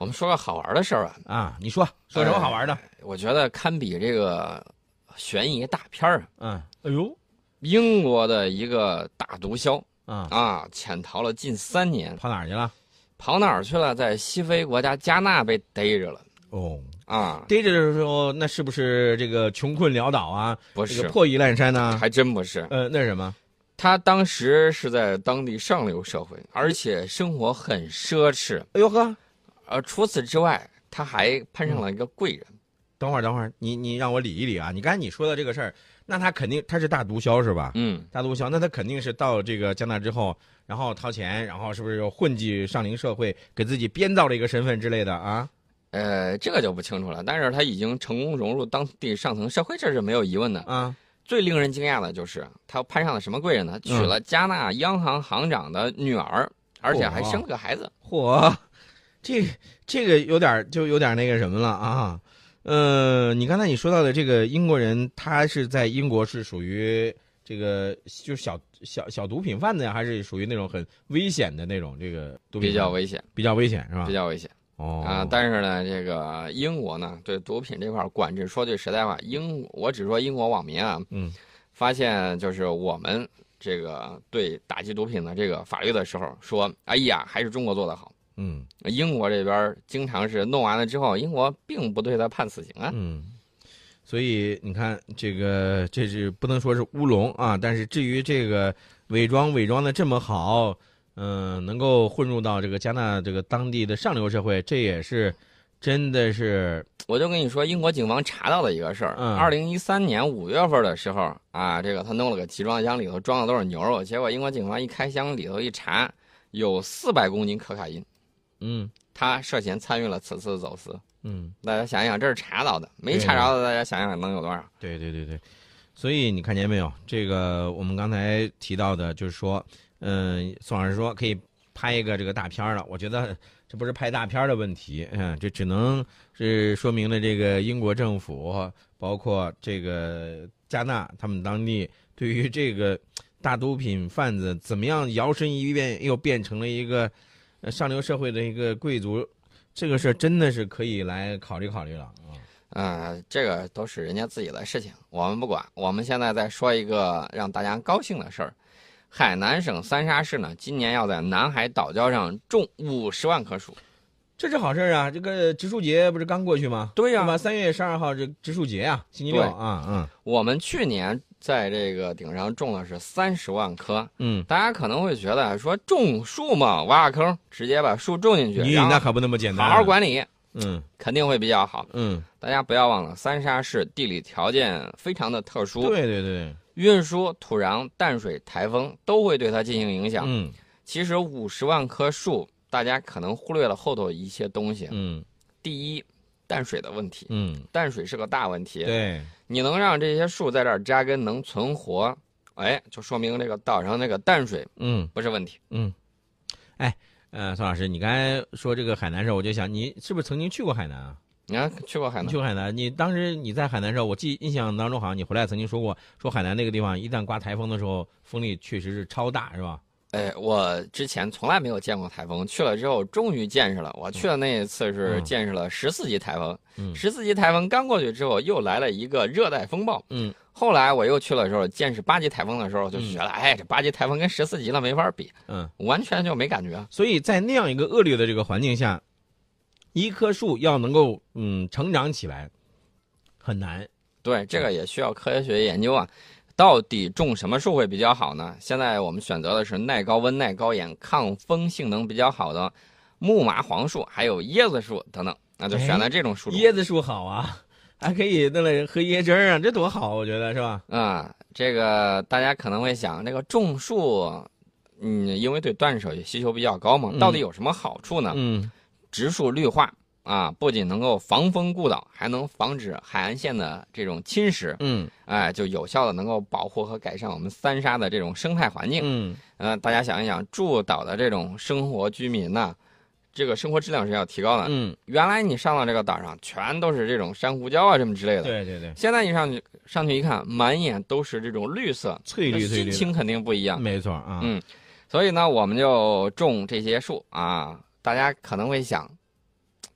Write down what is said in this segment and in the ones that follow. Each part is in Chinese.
们说个好玩的事儿啊，你说什么好玩的？ 我觉得堪比这个悬疑大片儿。 哎呦， 英国的一个大毒枭潜逃了近3年， 跑哪儿去了？ 跑哪儿去了？在西非国家加纳被逮着了。逮着的时候，那是不是这个穷困潦倒啊？ 不是， 这个破衣烂衫呢？ 还真不是。 那是什么？ 他当时是在当地上流社会，而且生活很奢侈。 哎呦呵！ 除此之外，他还攀上了一个贵人。 等会儿，你让我理一理啊！你刚才你说的这个事儿，那他肯定他是大毒枭是吧？大毒枭，那他肯定是到这个加纳之后，然后掏钱，然后是不是又混迹上流社会，给自己编造了一个身份之类的啊？ 这个就不清楚了。但是他已经成功融入当地上层社会，这是没有疑问的啊。最令人惊讶的就是他攀上了什么贵人呢？娶了加纳央行行长的女儿，而且还生了个孩子。 嚯，这个有点那个什么了啊！你刚才你说到的这个英国人，他是在英国是属于这个就是小毒品贩子呀，还是属于那种很危险的那种这个毒品？比较危险是吧？ 比较危险。但是呢，这个英国呢，对毒品这块管制，说句实在话，我只说英国网民啊，发现就是我们这个对打击毒品的这个法律的时候，说，哎呀，还是中国做得好。英国这边经常是弄完了之后，英国并不对他判死刑啊。 所以你看，这是不能说是乌龙啊，但是至于这个伪装的这么好。能够混入到这个加纳这个当地的上流社会，这也是真的是。 我就跟你说，英国警方查到的一个事儿，2013年5月份的时候这个他弄了个集装箱，里头装的都是牛肉，结果英国警方一开箱里头一查，有400公斤可卡因。他涉嫌参与了此次走私。大家想一想，这是查到的，没查着的大家想想能有多少？ 对。所以你看见没有？这个我们刚才提到的，就是说。宋老师说可以拍一个这个大片了，我觉得这不是拍大片的问题，这只能是说明了这个英国政府，包括这个加纳他们当地对于这个大毒品贩子怎么样摇身一变又变成了一个上流社会的一个贵族，这个事真的是可以来考虑了这个都是人家自己的事情，我们不管。我们现在再说一个让大家高兴的事儿。海南省三沙市呢，今年要在南海岛礁上种50万棵树， 这是好事啊！这个植树节不是刚过去吗？ 对呀 ，3月12号这植树节啊，星期六啊。 我们去年在这个顶上种的是30万棵。大家可能会觉得说种树嘛，挖个坑，直接把树种进去， 那可不那么简单， 好好管理，肯定会比较好。大家不要忘了，三沙市地理条件非常的特殊。 对。 运输、土壤、淡水、台风都会对它进行影响。其实50万棵树，大家可能忽略了后头一些东西。第一，淡水的问题。淡水是个大问题。 对， 你能让这些树在这儿扎根，能存活，就说明这个岛上那个淡水，不是问题。 宋老师，你刚才说这个海南时候，我就想，你是不是曾经去过海南啊？ 去过海南。 去过海南，你当时你在海南时候，我印象当中好像你回来曾经说过，说海南那个地方一旦刮台风的时候，风力确实是超大，是吧？ 我之前从来没有见过台风，去了之后终于见识了。我去的那一次是见识了14级台风，14级台风刚过去之后，又来了一个热带风暴。后来我又去了的时候，见识8级台风的时候，就觉得这8级台风跟14级了没法比，完全就没感觉。 所以在那样一个恶劣的这个环境下，一棵树要能够成长起来很难。 对，这个也需要科学研究啊。到底种什么树会比较好呢？现在我们选择的是耐高温、耐高盐、抗风性能比较好的木麻黄树，还有椰子树等等，那就选了这种树种。 椰子树好啊，还可以弄来喝椰汁啊，这多好，我觉得是吧？ 这个大家可能会想，这个种树，因为对断水需求比较高嘛，到底有什么好处呢？植树绿化不仅能够防风固岛，还能防止海岸线的这种侵蚀。就有效的能够保护和改善我们三沙的这种生态环境。大家想一想，驻岛的这种生活居民呢，这个生活质量是要提高的。原来你上到这个岛上，全都是这种珊瑚礁啊，什么之类的。 对。 现在你上去一看，满眼都是这种绿色， 翠绿， 心情肯定不一样。 没错所以呢，我们就种这些树啊。大家可能会想，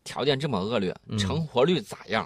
条件这么恶劣，成活率咋样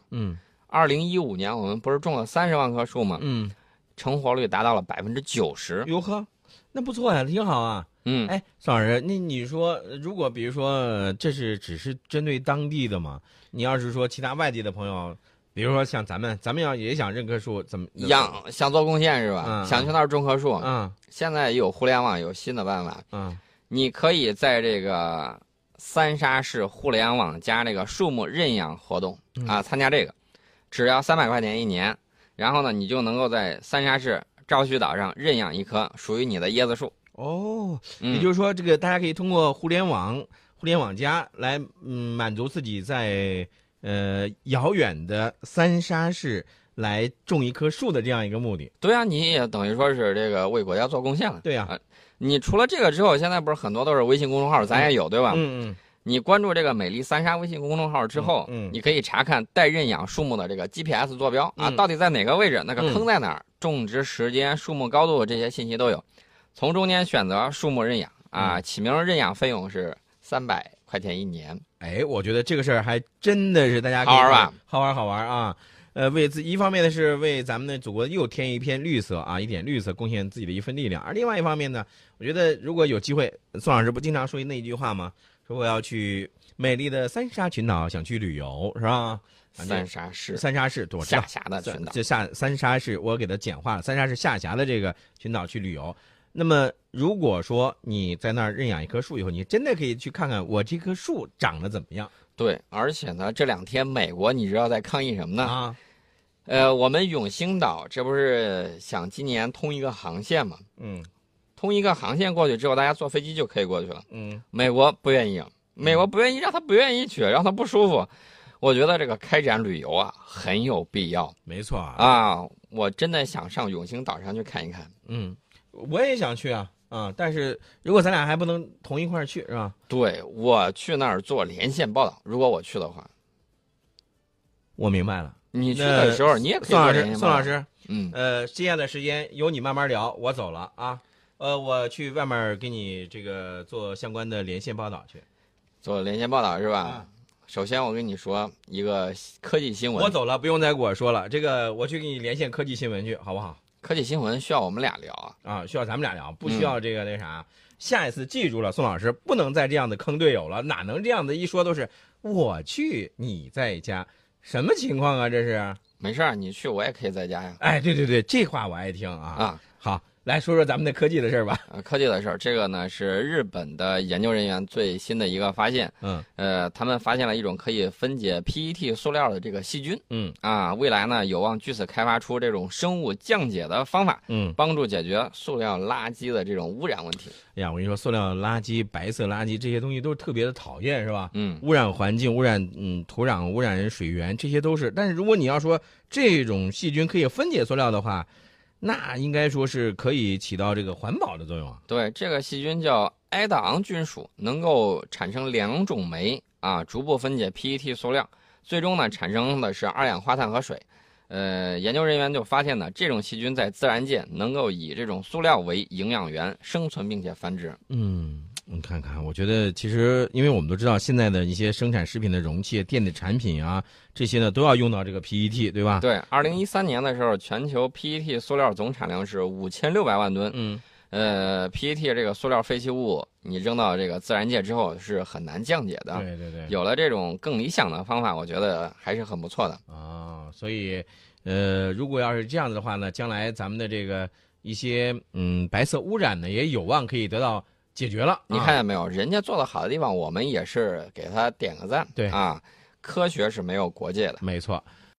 ？2015年我们不是种了30万棵树吗？成活率达到了90%。 哟呵，那不错呀，挺好啊。哎，宋老师，那你说，如果比如说这是只是针对当地的嘛？你要是说其他外地的朋友，比如说像咱们也想认棵树，怎么想做贡献是吧？想去那儿种棵树。现在有互联网有新的办法。你可以在这个三沙市互联网加这个树木认养活动参加这个，只要300块钱1年，然后呢，你就能够在三沙市赵旭岛上认养一棵属于你的椰子树。 也就是说，这个大家可以通过互联网加来满足自己在遥远的三沙市来种一棵树的这样一个目的。 对啊，你也等于说是这个为国家做贡献了。 对啊， 你除了这个之后，现在不是很多都是微信公众号，咱也有对吧？你关注这个美丽三沙微信公众号之后，你可以查看待认养树木的这个 GPS 坐标到底在哪个位置，那个坑在哪儿，种植时间、树木高度这些信息都有。从中间选择树木认养起名认养费用是300块钱1年。 哎，我觉得这个事儿还真的是大家可以好玩吧？ 好玩啊！一方面呢是为咱们的祖国又添一片绿色啊，一点绿色贡献自己的一份力量。而另外一方面呢，我觉得如果有机会，宋老师不经常说那一句话吗？说我要去美丽的三沙群岛，想去旅游，是吧？ 三沙市多下辖的群岛， 三沙市我给它简化了，三沙市下辖的这个群岛去旅游。那么，如果说你在那儿认养一棵树以后，你真的可以去看看我这棵树长得怎么样。 对，而且呢，这2天美国你知道在抗议什么呢？我们永兴岛这不是想今年通一个航线吗？通一个航线过去之后，大家坐飞机就可以过去了。美国不愿意，让他不愿意去，让他不舒服。我觉得这个开展旅游很有必要。 没错我真的想上永兴岛上去看一看。 我也想去但是如果咱俩还不能同一块儿去，是吧？ 对，我去那儿做连线报道。如果我去的话， 我明白了。 你去的时候，你也可以做连线报道。 宋老师，接下来时间由你慢慢聊，我走了啊。我去外面给你这个做相关的连线报道去。 做连线报道是吧？首先我跟你说一个科技新闻。 我走了，不用再给我说了。这个我去给你连线科技新闻去，好不好？ 科技新闻需要我们俩聊需要咱们俩聊，不需要这个那啥。下一次记住了，宋老师不能再这样的坑队友了，哪能这样的一说都是我去你在家，什么情况啊？这是没事你去我也可以在家呀。 哎，对，这话我爱听好，来说说咱们的科技的事儿吧。 科技的事儿，这个呢是日本的研究人员最新的一个发现。他们发现了一种可以分解 PET 塑料的这个细菌。未来呢有望据此开发出这种生物降解的方法。帮助解决塑料垃圾的这种污染问题。 哎呀，我跟你说，塑料垃圾、白色垃圾这些东西都是特别的讨厌，是吧？污染环境、污染土壤、污染水源，这些都是。但是如果你要说这种细菌可以分解塑料的话，那应该说是可以起到这个环保的作用。 对，这个细菌叫埃达昂菌属，能够产生2种酶逐步分解 PET 塑料，最终呢产生的是二氧化碳和水。研究人员就发现呢，这种细菌在自然界能够以这种塑料为营养源生存并且繁殖。 你看看，我觉得其实因为我们都知道，现在的一些生产食品的容器、电子产品这些呢都要用到这个 PET， 对吧？ 对，2013年的时候，全球 PET 塑料总产量是5600万吨。PET 这个塑料废弃物，你扔到这个自然界之后是很难降解的。 对， 有了这种更理想的方法，我觉得还是很不错的。 所以如果要是这样子的话呢，将来咱们的这个一些白色污染呢，也有望可以得到解决了。 你看见没有？人家做的好的地方，我们也是给他点个赞。 对科学是没有国界的。 没错。